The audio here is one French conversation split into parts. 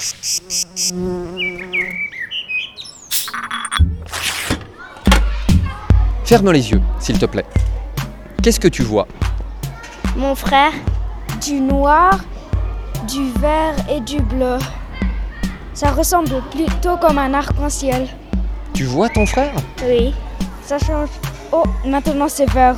Ferme les yeux, s'il te plaît. Qu'est-ce que tu vois ? Mon frère, du noir, du vert et du bleu. Ça ressemble plutôt comme un arc-en-ciel. Tu vois ton frère ? Oui, ça change. Oh, maintenant c'est vert.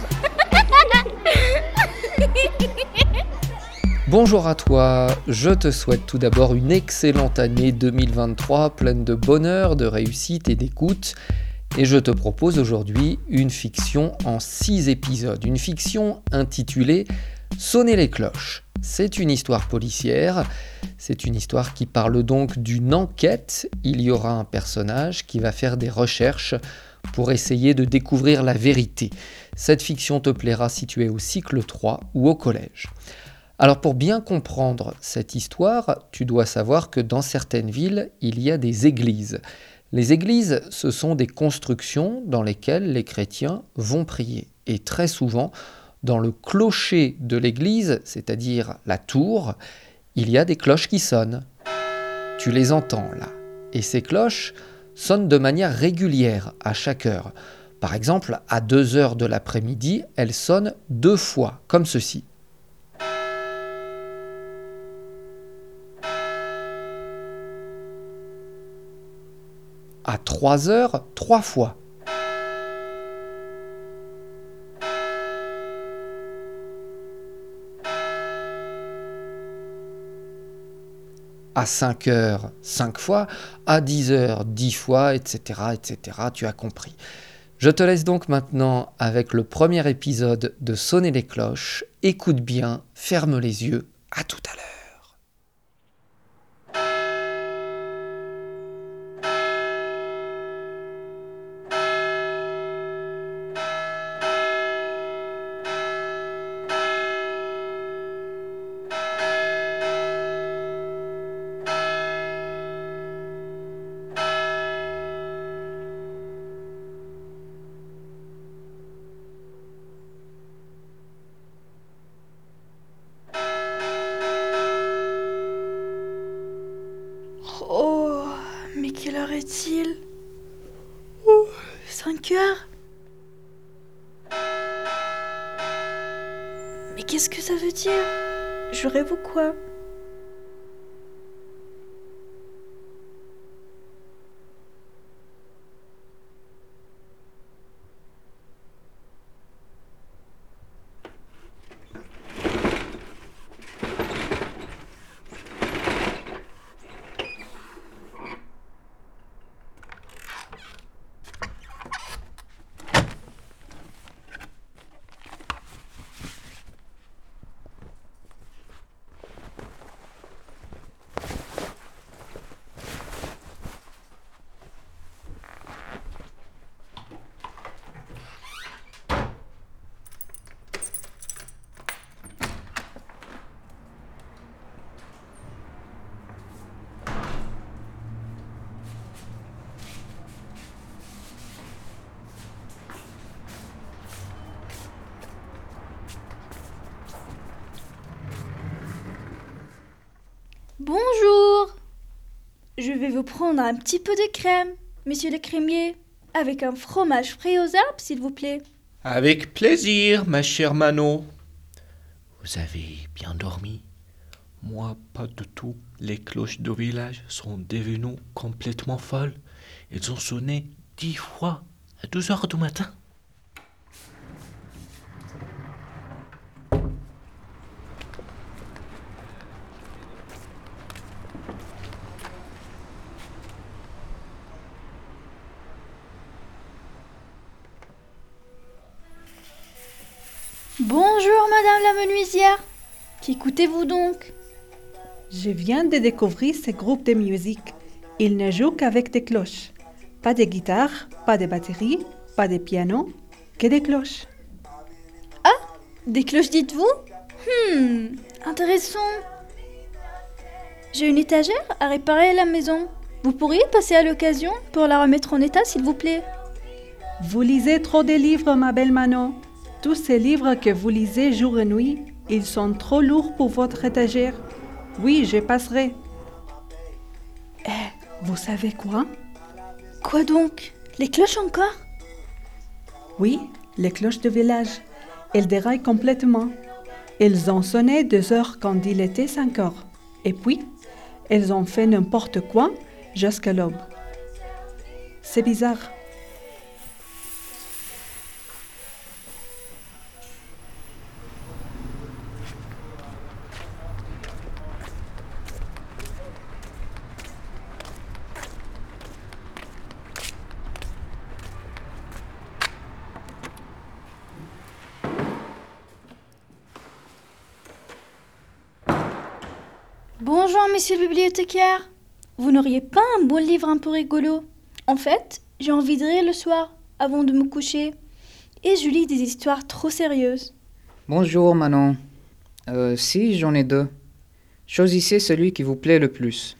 Bonjour à toi, je te souhaite tout d'abord une excellente année 2023, pleine de bonheur, de réussite et d'écoute. Et je te propose aujourd'hui une fiction en 6 épisodes, une fiction intitulée « Sonner les cloches ». C'est une histoire policière, c'est une histoire qui parle donc d'une enquête. Il y aura un personnage qui va faire des recherches pour essayer de découvrir la vérité. Cette fiction te plaira si tu es au cycle 3 ou au collège. Alors pour bien comprendre cette histoire, tu dois savoir que dans certaines villes, il y a des églises. Les églises, ce sont des constructions dans lesquelles les chrétiens vont prier. Et très souvent, dans le clocher de l'église, c'est-à-dire la tour, il y a des cloches qui sonnent. Tu les entends là. Et ces cloches sonnent de manière régulière à chaque heure. Par exemple, à 2h de l'après-midi, elles sonnent 2 fois, comme ceci. À 3h, 3 fois. À 5h, 5 fois. À 10h, 10 fois, etc., etc. Tu as compris. Je te laisse donc maintenant avec le premier épisode de Sonner les cloches. Écoute bien, ferme les yeux. À tout à l'heure. Oh, mais quelle heure est-il ? 5 heures ? Mais qu'est-ce que ça veut dire ? Je rêve ou quoi ? Bonjour ! Je vais vous prendre un petit peu de crème, monsieur le crémier, avec un fromage frais aux herbes, s'il vous plaît. Avec plaisir, ma chère Manon. Vous avez bien dormi ? Moi, pas du tout. Les cloches du village sont devenues complètement folles. Elles ont sonné 10 fois à 2h du matin. Bonjour, madame la menuisière. Qu'écoutez-vous donc ? Je viens de découvrir ce groupe de musique. Ils ne jouent qu'avec des cloches. Pas de guitare, pas de batterie, pas de piano, que des cloches. Des cloches, dites-vous ? Intéressant. J'ai une étagère à réparer à la maison. Vous pourriez passer à l'occasion pour la remettre en état, s'il vous plaît ? Vous lisez trop de livres, ma belle Manon. Tous ces livres que vous lisez jour et nuit, ils sont trop lourds pour votre étagère. Oui, je passerai. Vous savez quoi? Quoi donc? Les cloches encore? Oui, les cloches de village. Elles déraillent complètement. Elles ont sonné 2 heures quand il était 5 heures. Et puis, elles ont fait n'importe quoi jusqu'à l'aube. C'est bizarre. Bonjour, monsieur le bibliothécaire. Vous n'auriez pas un bon livre un peu rigolo? En fait, j'ai envie de rire le soir, avant de me coucher. Et je lis des histoires trop sérieuses. Bonjour Manon. Si, j'en ai 2. Choisissez celui qui vous plaît le plus.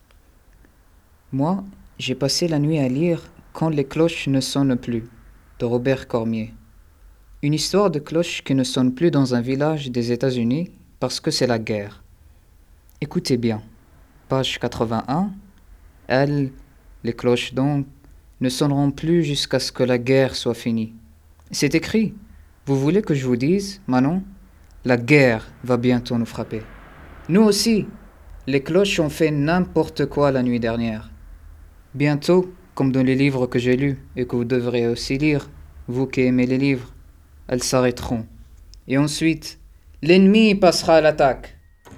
Moi, j'ai passé la nuit à lire Quand les cloches ne sonnent plus, de Robert Cormier. Une histoire de cloches qui ne sonnent plus dans un village des États-Unis parce que c'est la guerre. Écoutez bien, page 81. Les cloches donc, ne sonneront plus jusqu'à ce que la guerre soit finie. C'est écrit. Vous voulez que je vous dise, Manon? La guerre va bientôt nous frapper. Nous aussi, les cloches ont fait n'importe quoi la nuit dernière. Bientôt, comme dans les livres que j'ai lus et que vous devrez aussi lire, vous qui aimez les livres, elles s'arrêteront. Et ensuite, l'ennemi passera à l'attaque.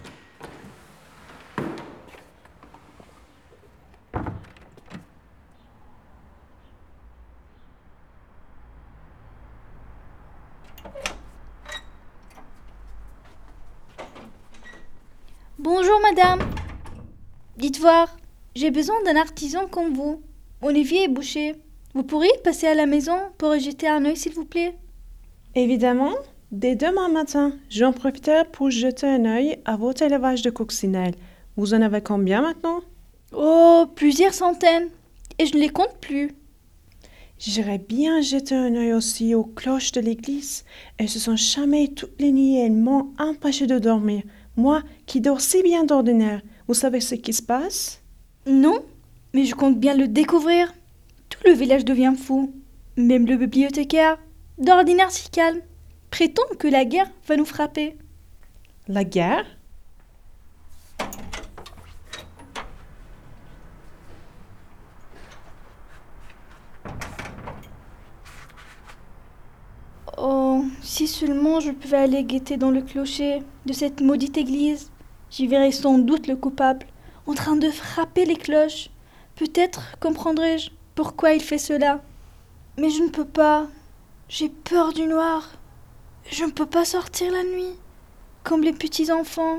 Bonjour, madame. Dites voir, j'ai besoin d'un artisan comme vous. Mon évier est bouché. Vous pourriez passer à la maison pour y jeter un œil, s'il vous plaît? Évidemment, dès demain matin, j'en profiterai pour jeter un œil à votre élevage de coccinelles. Vous en avez combien maintenant? Oh, plusieurs centaines. Et je ne les compte plus. J'irai bien jeter un œil aussi aux cloches de l'église. Elles se sont chamées toutes les nuits et elles m'ont empêché de dormir. Moi, qui dors si bien d'ordinaire, vous savez ce qui se passe? Non, mais je compte bien le découvrir. Tout le village devient fou. Même le bibliothécaire, d'ordinaire si calme, prétend que la guerre va nous frapper. La guerre? Oh, si seulement je pouvais aller guetter dans le clocher de cette maudite église. J'y verrais sans doute le coupable, en train de frapper les cloches. Peut-être comprendrais-je pourquoi il fait cela. Mais je ne peux pas. J'ai peur du noir. Je ne peux pas sortir la nuit, comme les petits enfants.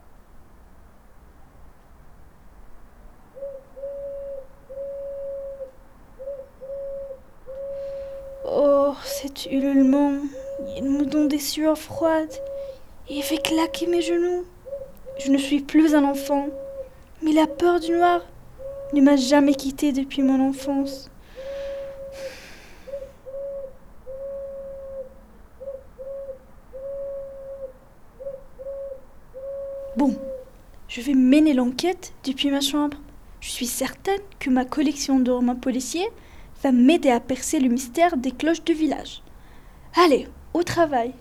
Oh, cet ululement, il me donne des sueurs froides et fait claquer mes genoux. Je ne suis plus un enfant, mais la peur du noir ne m'a jamais quittée depuis mon enfance. Bon, je vais mener l'enquête depuis ma chambre. Je suis certaine que ma collection de romans policiers va m'aider à percer le mystère des cloches du village. Allez, au travail.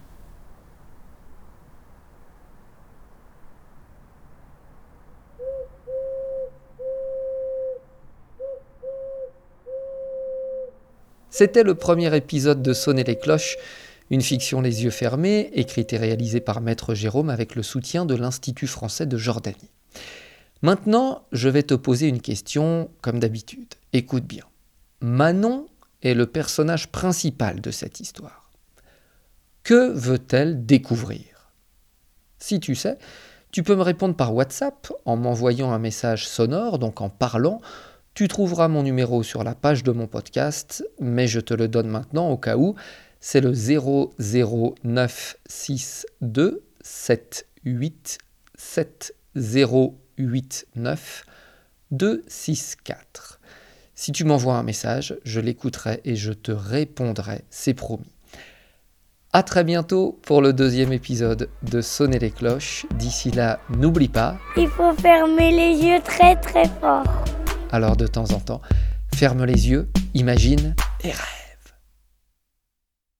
C'était le premier épisode de Sonner les cloches, une fiction les yeux fermés, écrite et réalisée par Maître Jérôme avec le soutien de l'Institut français de Jordanie. Maintenant, je vais te poser une question comme d'habitude. Écoute bien. Manon est le personnage principal de cette histoire. Que veut-elle découvrir? Si tu sais, tu peux me répondre par WhatsApp en m'envoyant un message sonore, donc en parlant. Tu trouveras mon numéro sur la page de mon podcast, mais je te le donne maintenant au cas où. C'est le 00962 78 7089 264. Si tu m'envoies un message, je l'écouterai et je te répondrai, c'est promis. À très bientôt pour le 2e épisode de Sonner les cloches. D'ici là, n'oublie pas... Il faut fermer les yeux très très fort. Alors de temps en temps, ferme les yeux, imagine et rêve.